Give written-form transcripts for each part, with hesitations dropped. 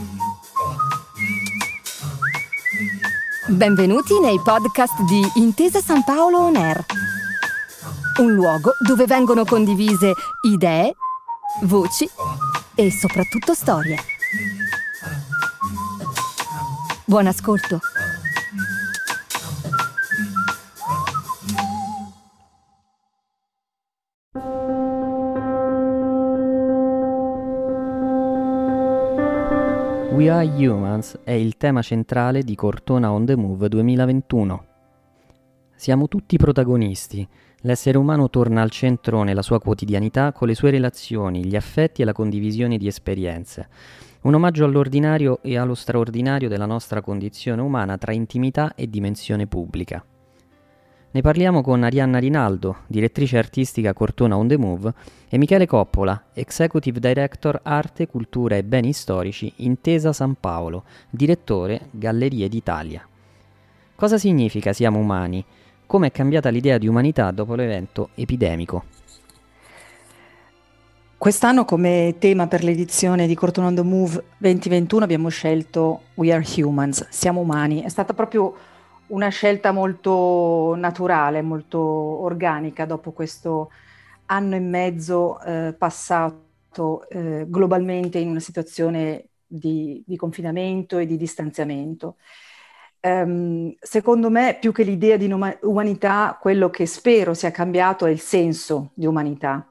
Benvenuti nei podcast di Intesa San Paolo On Air, un luogo dove vengono condivise idee, voci e soprattutto storie. Buon ascolto. We Are Humans è il tema centrale di Cortona on the Move 2021. Siamo tutti protagonisti. L'essere umano torna al centro nella sua quotidianità con le sue relazioni, gli affetti e la condivisione di esperienze. Un omaggio all'ordinario e allo straordinario della nostra condizione umana tra intimità e dimensione pubblica. Ne parliamo con Arianna Rinaldo, direttrice artistica a Cortona on the Move, e Michele Coppola, Executive Director Arte, Cultura e Beni Storici Intesa San Paolo, direttore Gallerie d'Italia. Cosa significa siamo umani? Come è cambiata l'idea di umanità dopo l'evento epidemico? Quest'anno come tema per l'edizione di Cortona on the Move 2021 abbiamo scelto We Are Humans, siamo umani. È stata proprio una scelta molto naturale, molto organica dopo questo anno e mezzo passato globalmente in una situazione di confinamento e di distanziamento. Secondo me, più che l'idea di umanità, quello che spero sia cambiato è il senso di umanità.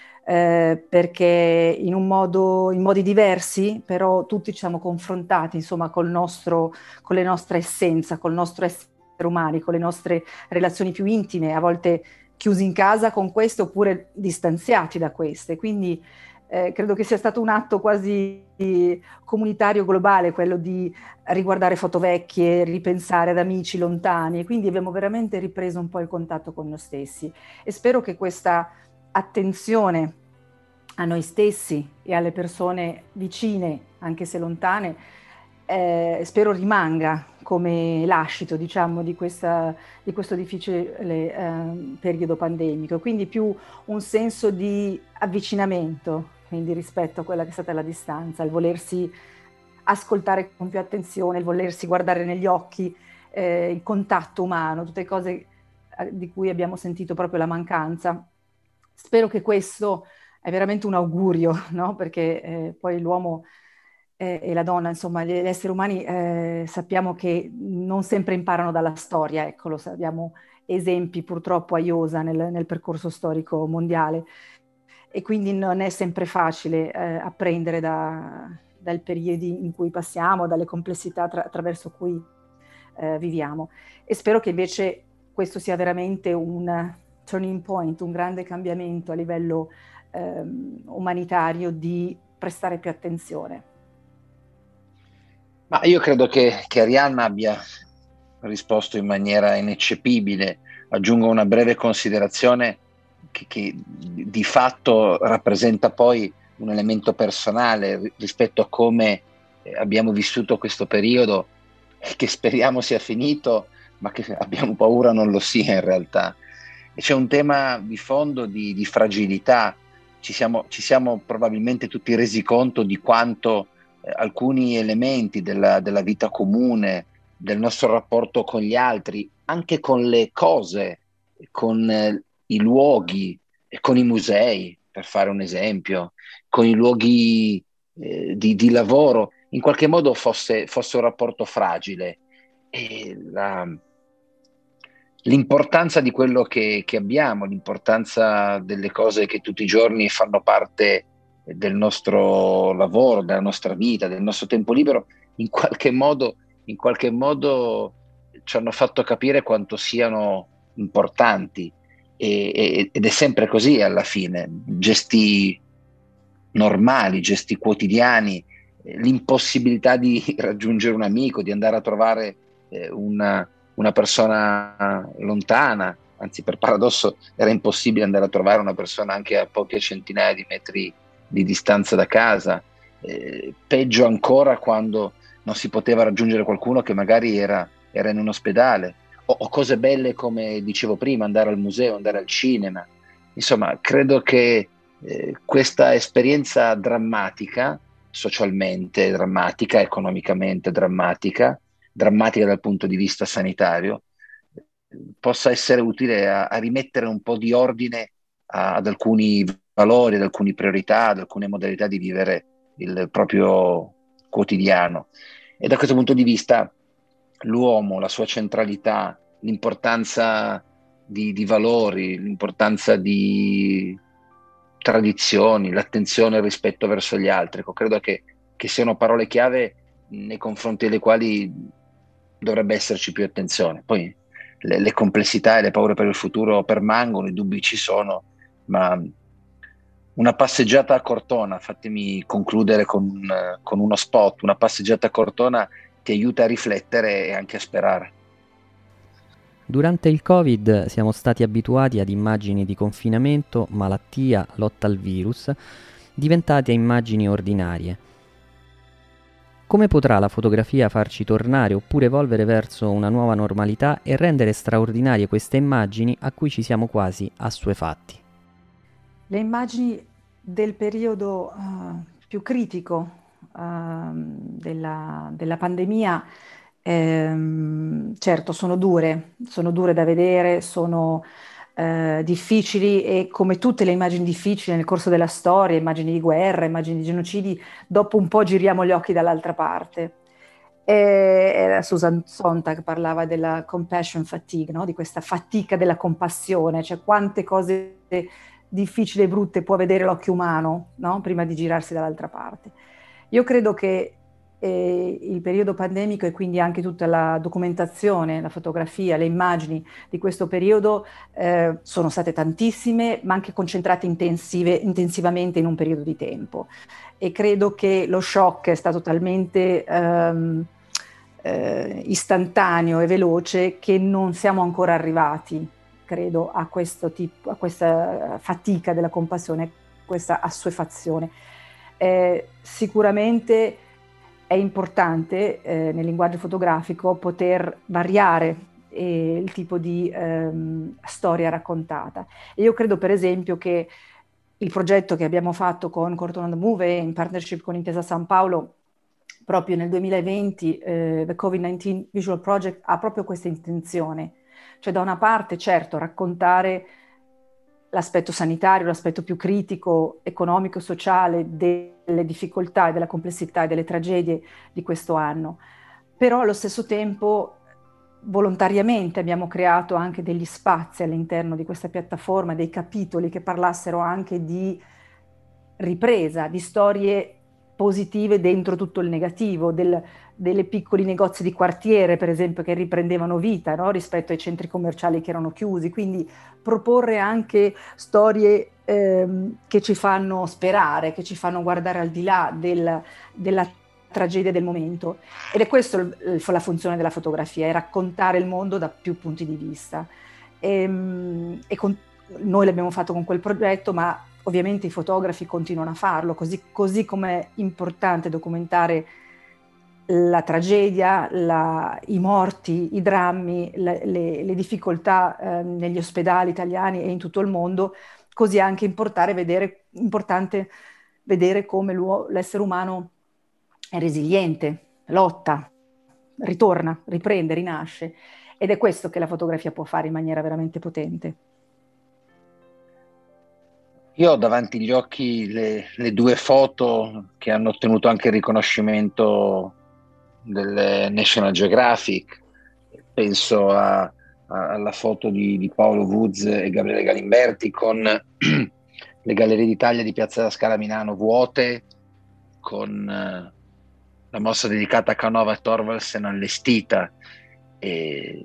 Perché in modi diversi, però tutti ci siamo confrontati, insomma, con le nostre essenze, col nostro essere umani, con le nostre relazioni più intime, a volte chiusi in casa con queste oppure distanziati da queste. Quindi credo che sia stato un atto quasi comunitario globale, quello di riguardare foto vecchie, ripensare ad amici lontani, quindi abbiamo veramente ripreso un po' il contatto con noi stessi e spero che questa attenzione a noi stessi e alle persone vicine, anche se lontane, spero rimanga come lascito, diciamo, di questo difficile periodo pandemico. Quindi più un senso di avvicinamento, quindi rispetto a quella che è stata la distanza, il volersi ascoltare con più attenzione, il volersi guardare negli occhi, il contatto umano, tutte cose di cui abbiamo sentito proprio la mancanza. Spero che questo è veramente un augurio, no? Perché poi l'uomo e la donna, insomma, gli esseri umani sappiamo che non sempre imparano dalla storia, ecco, abbiamo esempi purtroppo a iosa nel percorso storico mondiale e quindi non è sempre facile apprendere dai periodi in cui passiamo, dalle complessità attraverso cui viviamo. E spero che invece questo sia veramente un turning point, un grande cambiamento a livello umanitario di prestare più attenzione. Ma io credo che Arianna abbia risposto in maniera ineccepibile. Aggiungo una breve considerazione che di fatto rappresenta poi un elemento personale rispetto a come abbiamo vissuto questo periodo, che speriamo sia finito, ma che abbiamo paura non lo sia in realtà. E c'è un tema di fondo di fragilità. Ci siamo probabilmente tutti resi conto di quanto alcuni elementi della vita comune, del nostro rapporto con gli altri, anche con le cose, con i luoghi, con i musei, per fare un esempio, con i luoghi di lavoro, in qualche modo fosse un rapporto fragile. E l'importanza di quello che abbiamo, l'importanza delle cose che tutti i giorni fanno parte del nostro lavoro, della nostra vita, del nostro tempo libero, in qualche modo ci hanno fatto capire quanto siano importanti ed è sempre così alla fine. Gesti normali, gesti quotidiani, l'impossibilità di raggiungere un amico, di andare a trovare una persona lontana, anzi per paradosso era impossibile andare a trovare una persona anche a poche centinaia di metri di distanza da casa, peggio ancora quando non si poteva raggiungere qualcuno che magari era in un ospedale, o cose belle come dicevo prima, andare al museo, andare al cinema. Insomma, credo che questa esperienza drammatica socialmente drammatica, economicamente drammatica, drammatica dal punto di vista sanitario, possa essere utile a rimettere un po' di ordine ad alcuni valori, ad alcune priorità, ad alcune modalità di vivere il proprio quotidiano. E da questo punto di vista l'uomo, la sua centralità, l'importanza di valori, l'importanza di tradizioni, l'attenzione e il rispetto verso gli altri. Ecco, credo che siano parole chiave nei confronti delle quali dovrebbe esserci più attenzione. Poi le complessità e le paure per il futuro permangono, i dubbi ci sono, ma una passeggiata a Cortona, fatemi concludere con uno spot, una passeggiata a Cortona ti aiuta a riflettere e anche a sperare. Durante il Covid siamo stati abituati ad immagini di confinamento, malattia, lotta al virus, diventate immagini ordinarie. Come potrà la fotografia farci tornare oppure evolvere verso una nuova normalità e rendere straordinarie queste immagini a cui ci siamo quasi assuefatti? Le immagini del periodo più critico della pandemia, certo sono dure da vedere, sono difficili, e come tutte le immagini difficili nel corso della storia, immagini di guerra, immagini di genocidi, dopo un po' giriamo gli occhi dall'altra parte. Era Susan Sontag parlava della compassion fatigue, no? Di questa fatica della compassione, cioè quante cose difficili e brutte può vedere l'occhio umano, no? Prima di girarsi dall'altra parte. Io credo che il periodo pandemico, e quindi anche tutta la documentazione, la fotografia, le immagini di questo periodo sono state tantissime, ma anche concentrate intensivamente in un periodo di tempo. E credo che lo shock è stato talmente istantaneo e veloce che non siamo ancora arrivati, credo, a questo tipo, a questa fatica della compassione, questa assuefazione. Sicuramente è importante nel linguaggio fotografico poter variare il tipo di storia raccontata. E io credo, per esempio, che il progetto che abbiamo fatto con Cortona on the Move in partnership con Intesa San Paolo proprio nel 2020, The COVID-19 Visual Project, ha proprio questa intenzione. Cioè, da una parte, certo, raccontare l'aspetto sanitario, l'aspetto più critico, economico, sociale delle difficoltà e della complessità e delle tragedie di questo anno. Però allo stesso tempo volontariamente abbiamo creato anche degli spazi all'interno di questa piattaforma, dei capitoli che parlassero anche di ripresa, di storie positive dentro tutto il negativo, delle piccoli negozi di quartiere, per esempio, che riprendevano vita, no? Rispetto ai centri commerciali che erano chiusi. Quindi proporre anche storie che ci fanno sperare, che ci fanno guardare al di là della tragedia del momento. Ed è questa la funzione della fotografia, è raccontare il mondo da più punti di vista. Noi l'abbiamo fatto con quel progetto, ma ovviamente i fotografi continuano a farlo, così come è importante documentare la tragedia, i morti, i drammi, le difficoltà negli ospedali italiani e in tutto il mondo, così è anche importante vedere come l'essere umano è resiliente, lotta, ritorna, riprende, rinasce. Ed è questo che la fotografia può fare in maniera veramente potente. Io ho davanti agli occhi le due foto che hanno ottenuto anche il riconoscimento del National Geographic. Penso alla foto di Paolo Woods e Gabriele Galimberti con le Gallerie d'Italia di Piazza della Scala a Milano vuote, con la mostra dedicata a Canova e Thorvaldsen allestita, e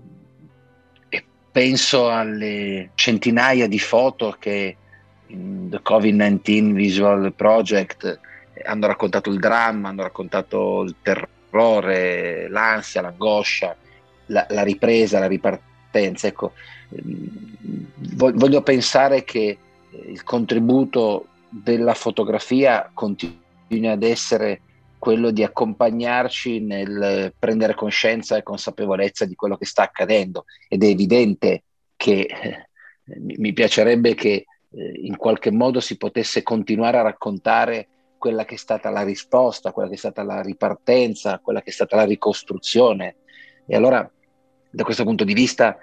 penso alle centinaia di foto che in The COVID-19 Visual Project hanno raccontato il dramma, hanno raccontato il terrore, l'ansia, l'angoscia, la ripresa, la ripartenza. Ecco, voglio pensare che il contributo della fotografia continui ad essere quello di accompagnarci nel prendere coscienza e consapevolezza di quello che sta accadendo, ed è evidente che mi piacerebbe che in qualche modo si potesse continuare a raccontare quella che è stata la risposta, quella che è stata la ripartenza, quella che è stata la ricostruzione. E allora, da questo punto di vista,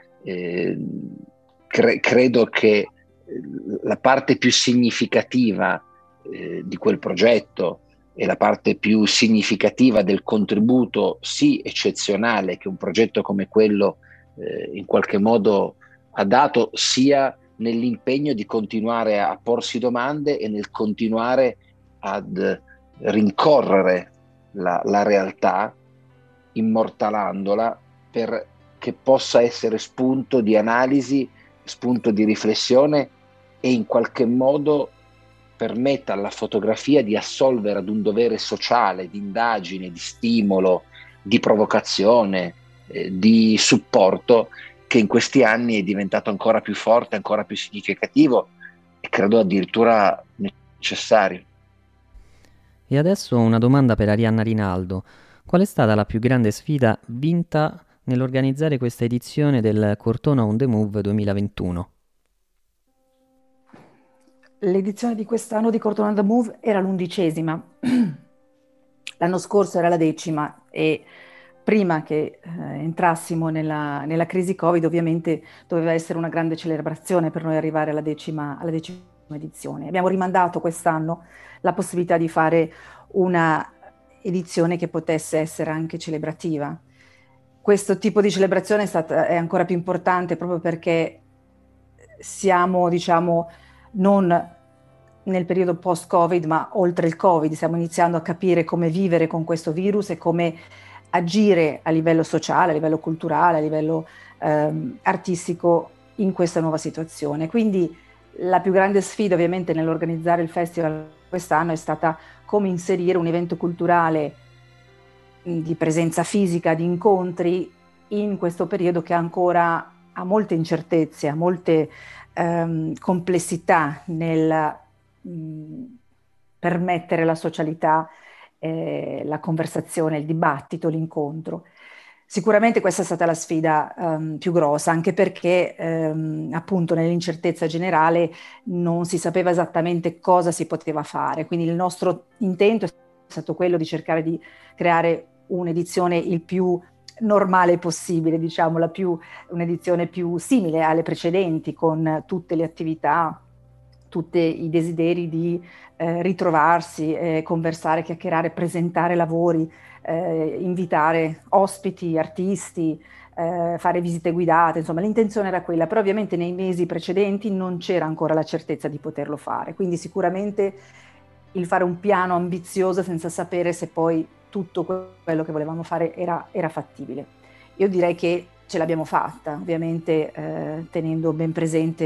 credo che la parte più significativa di quel progetto e la parte più significativa del contributo, sì eccezionale, che un progetto come quello in qualche modo ha dato, sia nell'impegno di continuare a porsi domande e nel continuare ad rincorrere la realtà, immortalandola, perché possa essere spunto di analisi, spunto di riflessione e in qualche modo permetta alla fotografia di assolvere ad un dovere sociale, di indagine, di stimolo, di provocazione, di supporto, che in questi anni è diventato ancora più forte, ancora più significativo e credo addirittura necessario. E adesso una domanda per Arianna Rinaldo. Qual è stata la più grande sfida vinta nell'organizzare questa edizione del Cortona on the Move 2021? L'edizione di quest'anno di Cortona on the Move era l'11ª. L'anno scorso era la 10ª e prima che entrassimo nella crisi Covid, ovviamente doveva essere una grande celebrazione per noi arrivare alla decima edizione. Abbiamo rimandato quest'anno la possibilità di fare una edizione che potesse essere anche celebrativa. Questo tipo di celebrazione è ancora più importante proprio perché siamo, diciamo, non nel periodo post-Covid, ma oltre il Covid. Stiamo iniziando a capire come vivere con questo virus e come agire a livello sociale, a livello culturale, a livello artistico in questa nuova situazione. Quindi la più grande sfida ovviamente nell'organizzare il festival quest'anno è stata come inserire un evento culturale di presenza fisica, di incontri in questo periodo che ancora ha molte incertezze, ha molte complessità nel permettere la socialità, la conversazione, il dibattito, l'incontro. Sicuramente questa è stata la sfida più grossa, anche perché appunto nell'incertezza generale non si sapeva esattamente cosa si poteva fare, quindi il nostro intento è stato quello di cercare di creare un'edizione il più normale possibile, diciamo, un'edizione più simile alle precedenti, con tutte le attività, tutti i desideri di ritrovarsi, conversare, chiacchierare, presentare lavori, invitare ospiti, artisti, fare visite guidate, insomma l'intenzione era quella, però ovviamente nei mesi precedenti non c'era ancora la certezza di poterlo fare, quindi sicuramente il fare un piano ambizioso senza sapere se poi tutto quello che volevamo fare era fattibile. Io direi che ce l'abbiamo fatta, ovviamente tenendo ben presente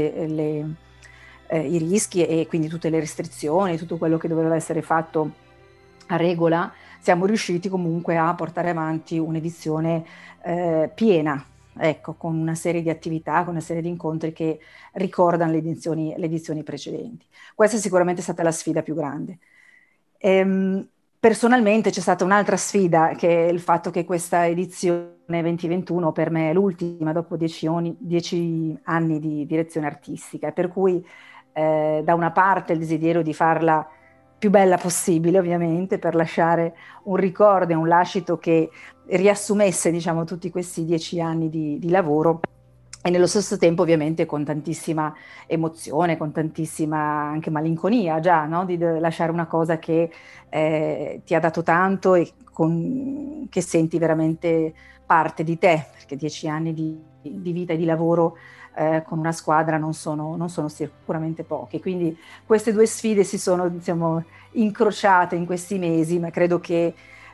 i rischi e quindi tutte le restrizioni, tutto quello che doveva essere fatto a regola. Siamo riusciti comunque a portare avanti un'edizione piena, ecco, con una serie di attività, con una serie di incontri che ricordano le edizioni precedenti. Questa è sicuramente stata la sfida più grande. Personalmente c'è stata un'altra sfida, che è il fatto che questa edizione 2021 per me è l'ultima dopo 10 anni di direzione artistica, per cui da una parte il desiderio di farla più bella possibile, ovviamente, per lasciare un ricordo e un lascito che riassumesse, diciamo, tutti questi 10 anni di lavoro, e nello stesso tempo ovviamente con tantissima emozione, con tantissima anche malinconia già, no? Di lasciare una cosa che ti ha dato tanto e che senti veramente parte di te, perché 10 anni di vita e di lavoro con una squadra non sono sicuramente pochi. Quindi queste due sfide si sono, diciamo, incrociate in questi mesi, ma credo che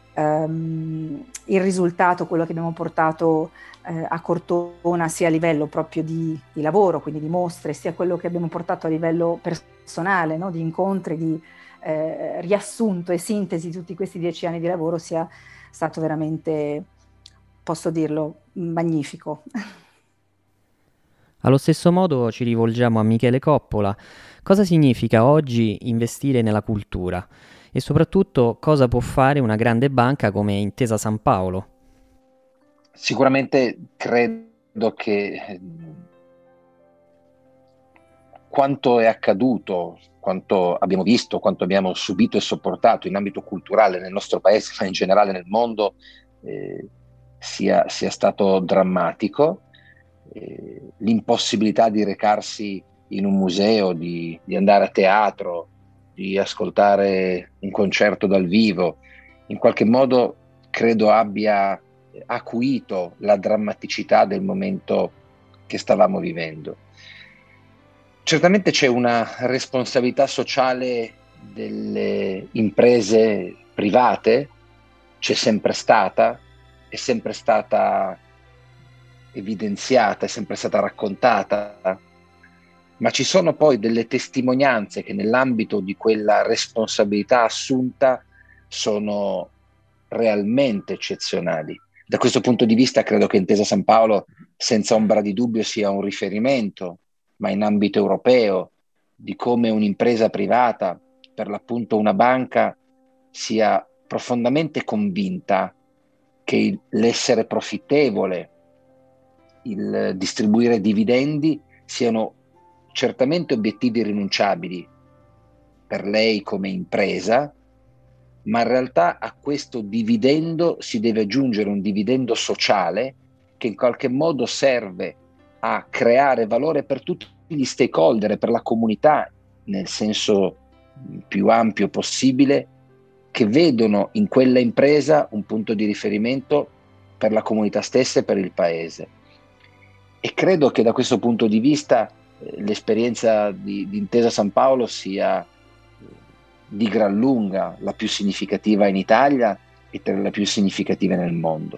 il risultato, quello che abbiamo portato a Cortona, sia a livello proprio di lavoro, quindi di mostre, sia quello che abbiamo portato a livello personale, no? Di incontri, di riassunto e sintesi di tutti questi 10 anni di lavoro, sia stato veramente, posso dirlo, magnifico. Allo stesso modo ci rivolgiamo a Michele Coppola. Cosa significa oggi investire nella cultura? E soprattutto cosa può fare una grande banca come Intesa San Paolo? Sicuramente credo che quanto è accaduto, quanto abbiamo visto, quanto abbiamo subito e sopportato in ambito culturale nel nostro paese, ma in generale nel mondo, sia stato drammatico. L'impossibilità di recarsi in un museo, di andare a teatro, di ascoltare un concerto dal vivo, in qualche modo credo abbia acuito la drammaticità del momento che stavamo vivendo. Certamente c'è una responsabilità sociale delle imprese private, c'è sempre stata, è sempre stata evidenziata, è sempre stata raccontata, ma ci sono poi delle testimonianze che nell'ambito di quella responsabilità assunta sono realmente eccezionali. Da questo punto di vista credo che Intesa San Paolo senza ombra di dubbio sia un riferimento, ma in ambito europeo, di come un'impresa privata, per l'appunto una banca, sia profondamente convinta che l'essere profittevole, il distribuire dividendi siano certamente obiettivi irrinunciabili per lei come impresa, ma in realtà a questo dividendo si deve aggiungere un dividendo sociale che in qualche modo serve a creare valore per tutti gli stakeholder e per la comunità, nel senso più ampio possibile, che vedono in quella impresa un punto di riferimento per la comunità stessa e per il paese. E credo che da questo punto di vista l'esperienza di Intesa San Paolo sia di gran lunga la più significativa in Italia e tra le più significative nel mondo.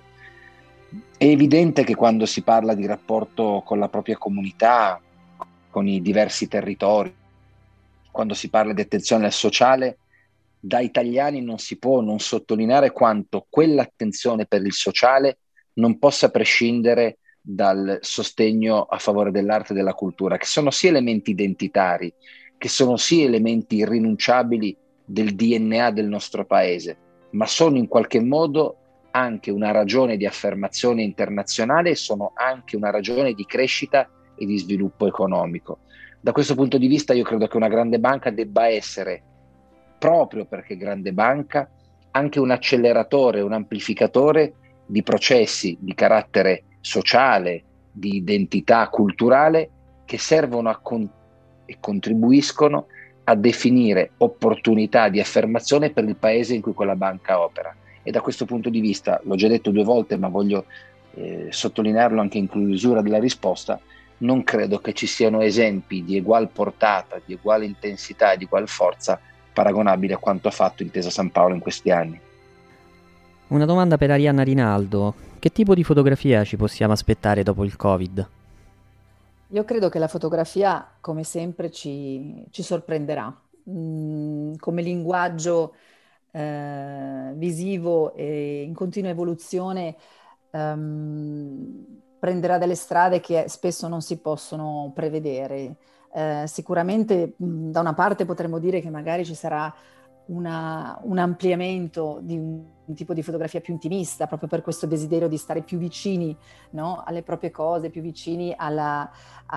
È evidente che quando si parla di rapporto con la propria comunità, con i diversi territori, quando si parla di attenzione al sociale, da italiani non si può non sottolineare quanto quell'attenzione per il sociale non possa prescindere dal sostegno a favore dell'arte e della cultura, che sono sia elementi identitari, che sono sia elementi irrinunciabili del DNA del nostro paese, ma sono in qualche modo anche una ragione di affermazione internazionale e sono anche una ragione di crescita e di sviluppo economico. Da questo punto di vista io credo che una grande banca debba essere, proprio perché grande banca, anche un acceleratore, un amplificatore di processi di carattere sociale, di identità culturale che servono e contribuiscono a definire opportunità di affermazione per il paese in cui quella banca opera. E da questo punto di vista, l'ho già detto 2 volte, ma voglio sottolinearlo anche in chiusura della risposta, non credo che ci siano esempi di egual portata, di uguale intensità e di ugual forza paragonabili a quanto ha fatto Intesa San Paolo in questi anni. Una domanda per Arianna Rinaldo. Che tipo di fotografia ci possiamo aspettare dopo il Covid? Io credo che la fotografia, come sempre, ci sorprenderà. Come linguaggio visivo e in continua evoluzione, prenderà delle strade che spesso non si possono prevedere. Sicuramente da una parte potremmo dire che magari ci sarà un ampliamento di un tipo di fotografia più intimista, proprio per questo desiderio di stare più vicini, no, alle proprie cose, più vicini alle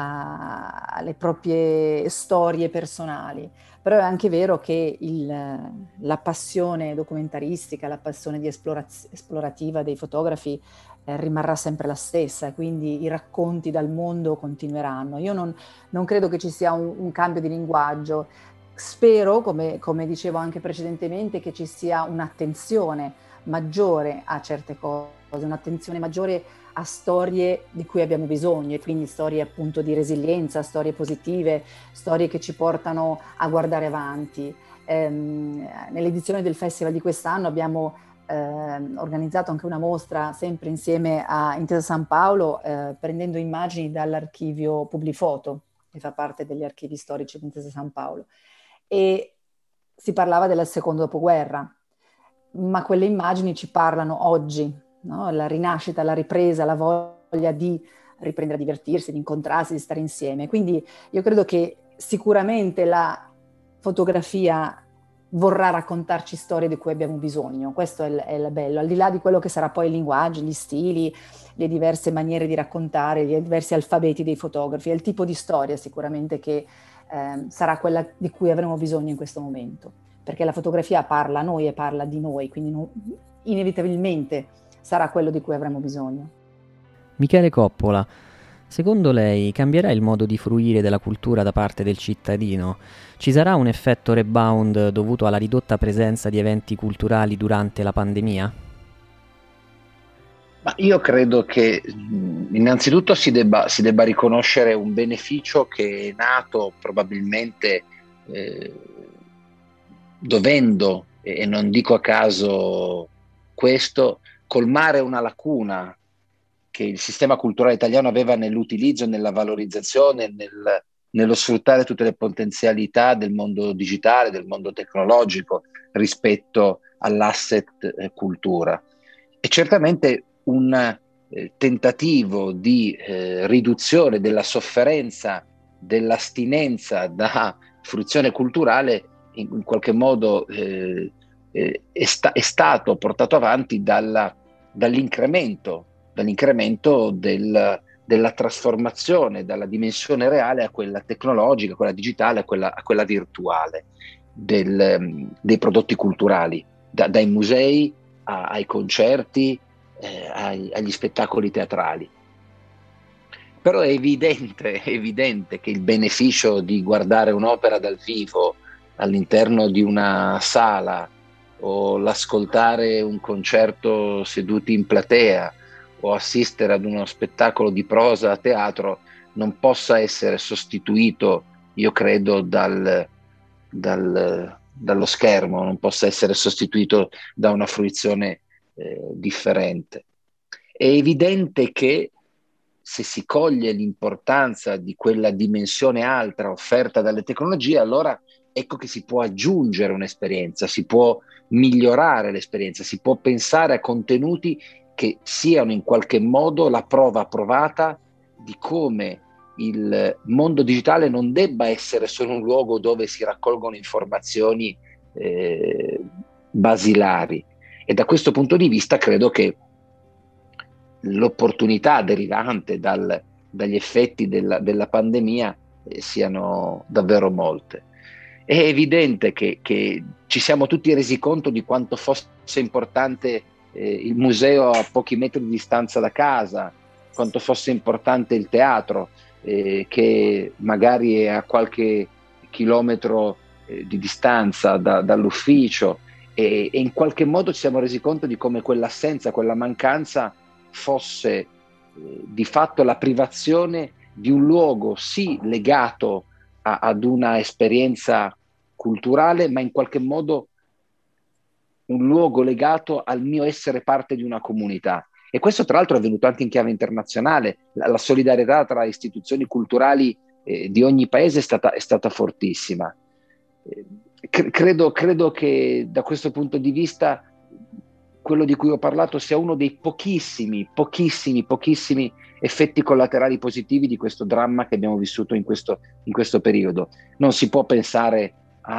proprie storie personali. Però è anche vero che la passione documentaristica, la passione di esplorativa dei fotografi rimarrà sempre la stessa, quindi i racconti dal mondo continueranno. Io non credo che ci sia un cambio di linguaggio. Spero, come dicevo anche precedentemente, che ci sia un'attenzione maggiore a certe cose, un'attenzione maggiore a storie di cui abbiamo bisogno, e quindi storie appunto di resilienza, storie positive, storie che ci portano a guardare avanti. Nell'edizione del festival di quest'anno abbiamo organizzato anche una mostra sempre insieme a Intesa San Paolo, prendendo immagini dall'archivio Publifoto, che fa parte degli archivi storici di Intesa San Paolo. E si parlava del secondo dopoguerra, ma quelle immagini ci parlano oggi, no? La rinascita, la ripresa, la voglia di riprendere a divertirsi, di incontrarsi, di stare insieme. Quindi io credo che sicuramente la fotografia vorrà raccontarci storie di cui abbiamo bisogno. Questo è il bello, al di là di quello che sarà poi il linguaggio, gli stili, le diverse maniere di raccontare, gli diversi alfabeti dei fotografi, è il tipo di storia sicuramente che sarà quella di cui avremo bisogno in questo momento, perché la fotografia parla a noi e parla di noi, quindi inevitabilmente sarà quello di cui avremo bisogno. Michele Coppola, secondo lei cambierà il modo di fruire della cultura da parte del cittadino? Ci sarà un effetto rebound dovuto alla ridotta presenza di eventi culturali durante la pandemia? Ma io credo che innanzitutto si debba riconoscere un beneficio che è nato probabilmente dovendo, e non dico a caso questo, colmare una lacuna che il sistema culturale italiano aveva nell'utilizzo, nella valorizzazione, nello sfruttare tutte le potenzialità del mondo digitale, del mondo tecnologico rispetto all'asset cultura. E certamente un tentativo di riduzione della sofferenza, dell'astinenza da fruizione culturale in qualche modo è stato portato avanti dall'incremento della trasformazione dalla dimensione reale a quella tecnologica, a quella digitale, a quella virtuale dei prodotti culturali, dai musei ai concerti, agli spettacoli teatrali. Però è evidente che il beneficio di guardare un'opera dal vivo all'interno di una sala o l'ascoltare un concerto seduti in platea o assistere ad uno spettacolo di prosa a teatro non possa essere sostituito, io credo, dallo schermo, non possa essere sostituito da una fruizione differente. È evidente che se si coglie l'importanza di quella dimensione altra offerta dalle tecnologie, allora ecco che si può aggiungere un'esperienza, si può migliorare l'esperienza, si può pensare a contenuti che siano in qualche modo la prova provata di come il mondo digitale non debba essere solo un luogo dove si raccolgono informazioni basilari. E da questo punto di vista credo che l'opportunità derivante dagli effetti della pandemia siano davvero molte. È evidente che ci siamo tutti resi conto di quanto fosse importante il museo a pochi metri di distanza da casa, quanto fosse importante il teatro che magari è a qualche chilometro di distanza dall'ufficio, e in qualche modo ci siamo resi conto di come quell'assenza, quella mancanza fosse di fatto la privazione di un luogo sì legato ad una esperienza culturale, ma in qualche modo un luogo legato al mio essere parte di una comunità. E questo tra l'altro è avvenuto anche in chiave internazionale. La solidarietà tra istituzioni culturali di ogni paese è stata fortissima. Credo che da questo punto di vista quello di cui ho parlato sia uno dei pochissimi effetti collaterali positivi di questo dramma che abbiamo vissuto in questo periodo. Non si può pensare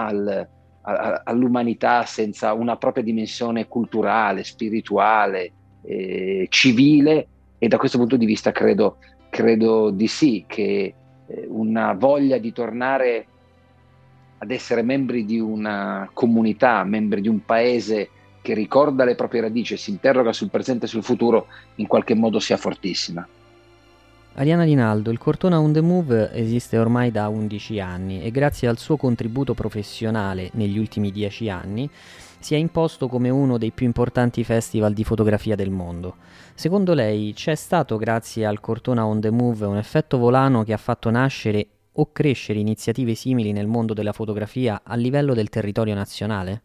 all'umanità senza una propria dimensione culturale, spirituale, civile, e da questo punto di vista credo di sì, che una voglia di tornare ad essere membri di una comunità, membri di un paese che ricorda le proprie radici e si interroga sul presente e sul futuro, in qualche modo sia fortissima. Arianna Rinaldo, il Cortona on the Move esiste ormai da 11 anni e grazie al suo contributo professionale negli ultimi 10 anni si è imposto come uno dei più importanti festival di fotografia del mondo. Secondo lei c'è stato, grazie al Cortona on the Move, un effetto volano che ha fatto nascere o crescere iniziative simili nel mondo della fotografia a livello del territorio nazionale?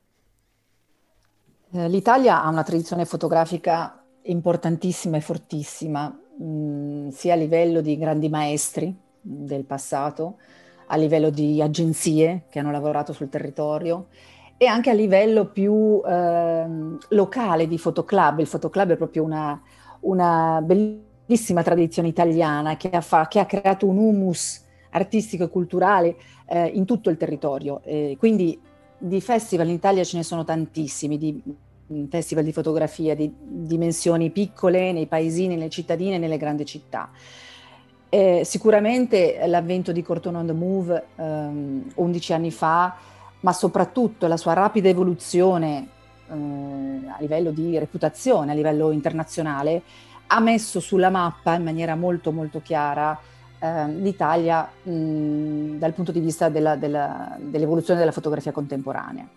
L'Italia ha una tradizione fotografica importantissima e fortissima, sia a livello di grandi maestri del passato, a livello di agenzie che hanno lavorato sul territorio e anche a livello più locale di fotoclub. Il fotoclub è proprio una bellissima tradizione italiana che ha creato un humus artistico e culturale in tutto il territorio. Quindi di festival in Italia ce ne sono tantissimi, di festival di fotografia di dimensioni piccole, nei paesini, nelle cittadine e nelle grandi città. Sicuramente l'avvento di Cortona on the Move 11 anni fa, ma soprattutto la sua rapida evoluzione a livello di reputazione, a livello internazionale, ha messo sulla mappa in maniera molto molto chiara l'Italia dal punto di vista dell'evoluzione della fotografia contemporanea.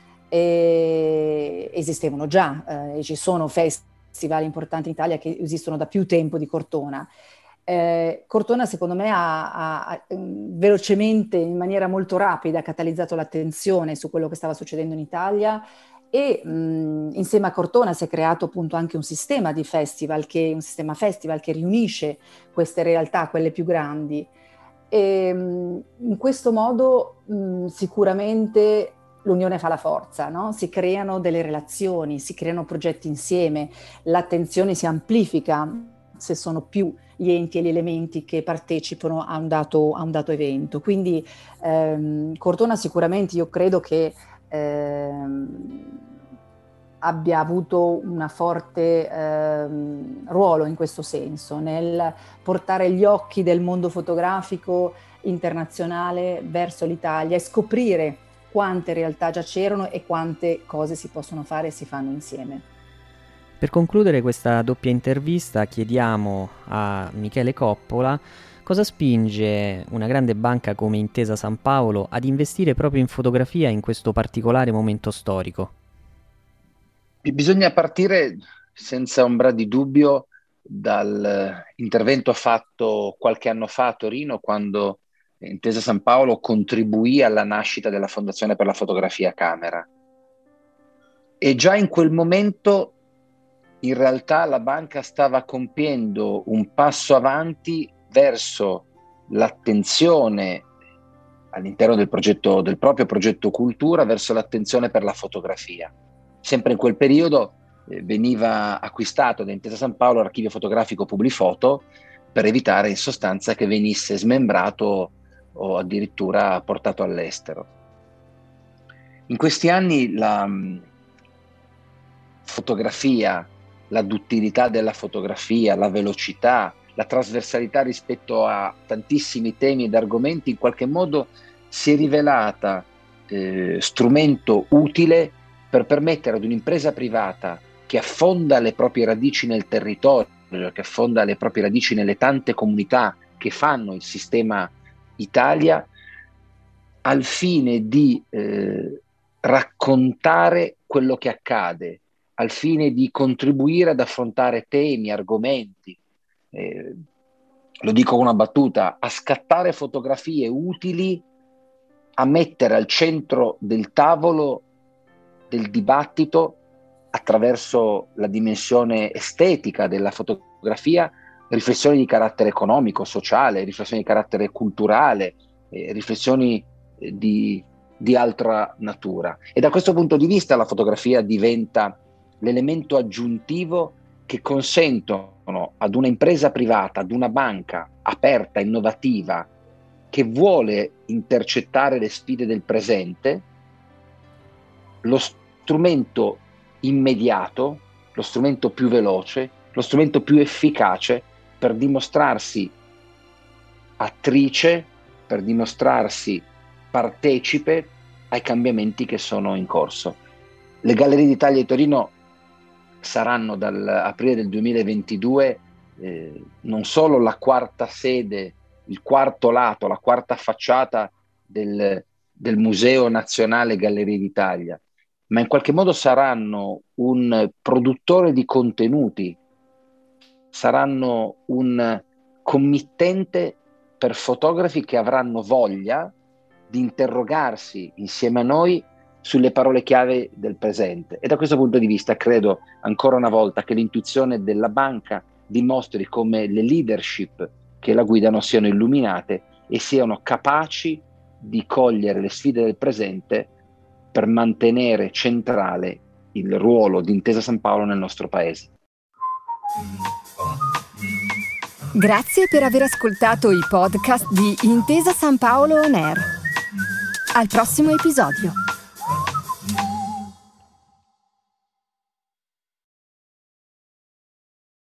Esistevano già e ci sono festival importanti in Italia che esistono da più tempo di Cortona. Cortona secondo me ha velocemente, in maniera molto rapida, catalizzato l'attenzione su quello che stava succedendo in Italia e insieme a Cortona si è creato appunto anche un sistema di festival, un sistema festival che riunisce queste realtà, quelle più grandi. E in questo modo sicuramente l'unione fa la forza, no? Si creano delle relazioni, si creano progetti insieme, l'attenzione si amplifica se sono più gli enti e gli elementi che partecipano a un dato evento. Quindi Cortona sicuramente io credo che abbia avuto una forte ruolo in questo senso, nel portare gli occhi del mondo fotografico internazionale verso l'Italia e scoprire quante realtà già c'erano e quante cose si possono fare e si fanno insieme. Per concludere questa doppia intervista chiediamo a Michele Coppola cosa spinge una grande banca come Intesa Sanpaolo ad investire proprio in fotografia in questo particolare momento storico. Bisogna partire senza ombra di dubbio dall'intervento fatto qualche anno fa a Torino, quando Intesa Sanpaolo contribuì alla nascita della Fondazione per la Fotografia Camera. E già in quel momento in realtà la banca stava compiendo un passo avanti verso l'attenzione all'interno del proprio progetto cultura, verso l'attenzione per la fotografia. Sempre in quel periodo veniva acquistato da Intesa Sanpaolo l'archivio fotografico Publifoto per evitare in sostanza che venisse smembrato o addirittura portato all'estero. In questi anni la fotografia, la duttilità della fotografia, la velocità, la trasversalità rispetto a tantissimi temi ed argomenti in qualche modo si è rivelata strumento utile per permettere ad un'impresa privata che affonda le proprie radici nel territorio, che affonda le proprie radici nelle tante comunità che fanno il sistema Italia, al fine di raccontare quello che accade, al fine di contribuire ad affrontare temi, argomenti, lo dico con una battuta, a scattare fotografie utili, a mettere al centro del tavolo del dibattito, attraverso la dimensione estetica della fotografia, riflessioni di carattere economico, sociale, riflessioni di carattere culturale, riflessioni di altra natura. E da questo punto di vista la fotografia diventa l'elemento aggiuntivo che consentono ad una impresa privata, ad una banca aperta, innovativa, che vuole intercettare le sfide del presente, lo strumento immediato, lo strumento più veloce, lo strumento più efficace per dimostrarsi attrice, per dimostrarsi partecipe ai cambiamenti che sono in corso. Le Gallerie d'Italia di Torino saranno dall'aprile del 2022 non solo la quarta sede, il quarto lato, la quarta facciata del Museo Nazionale Gallerie d'Italia, ma in qualche modo saranno un produttore di contenuti, saranno un committente per fotografi che avranno voglia di interrogarsi insieme a noi sulle parole chiave del presente. E da questo punto di vista credo ancora una volta che l'intuizione della banca dimostri come le leadership che la guidano siano illuminate e siano capaci di cogliere le sfide del presente per mantenere centrale il ruolo di Intesa Sanpaolo nel nostro paese. Grazie per aver ascoltato i podcast di Intesa Sanpaolo On Air. Al prossimo episodio.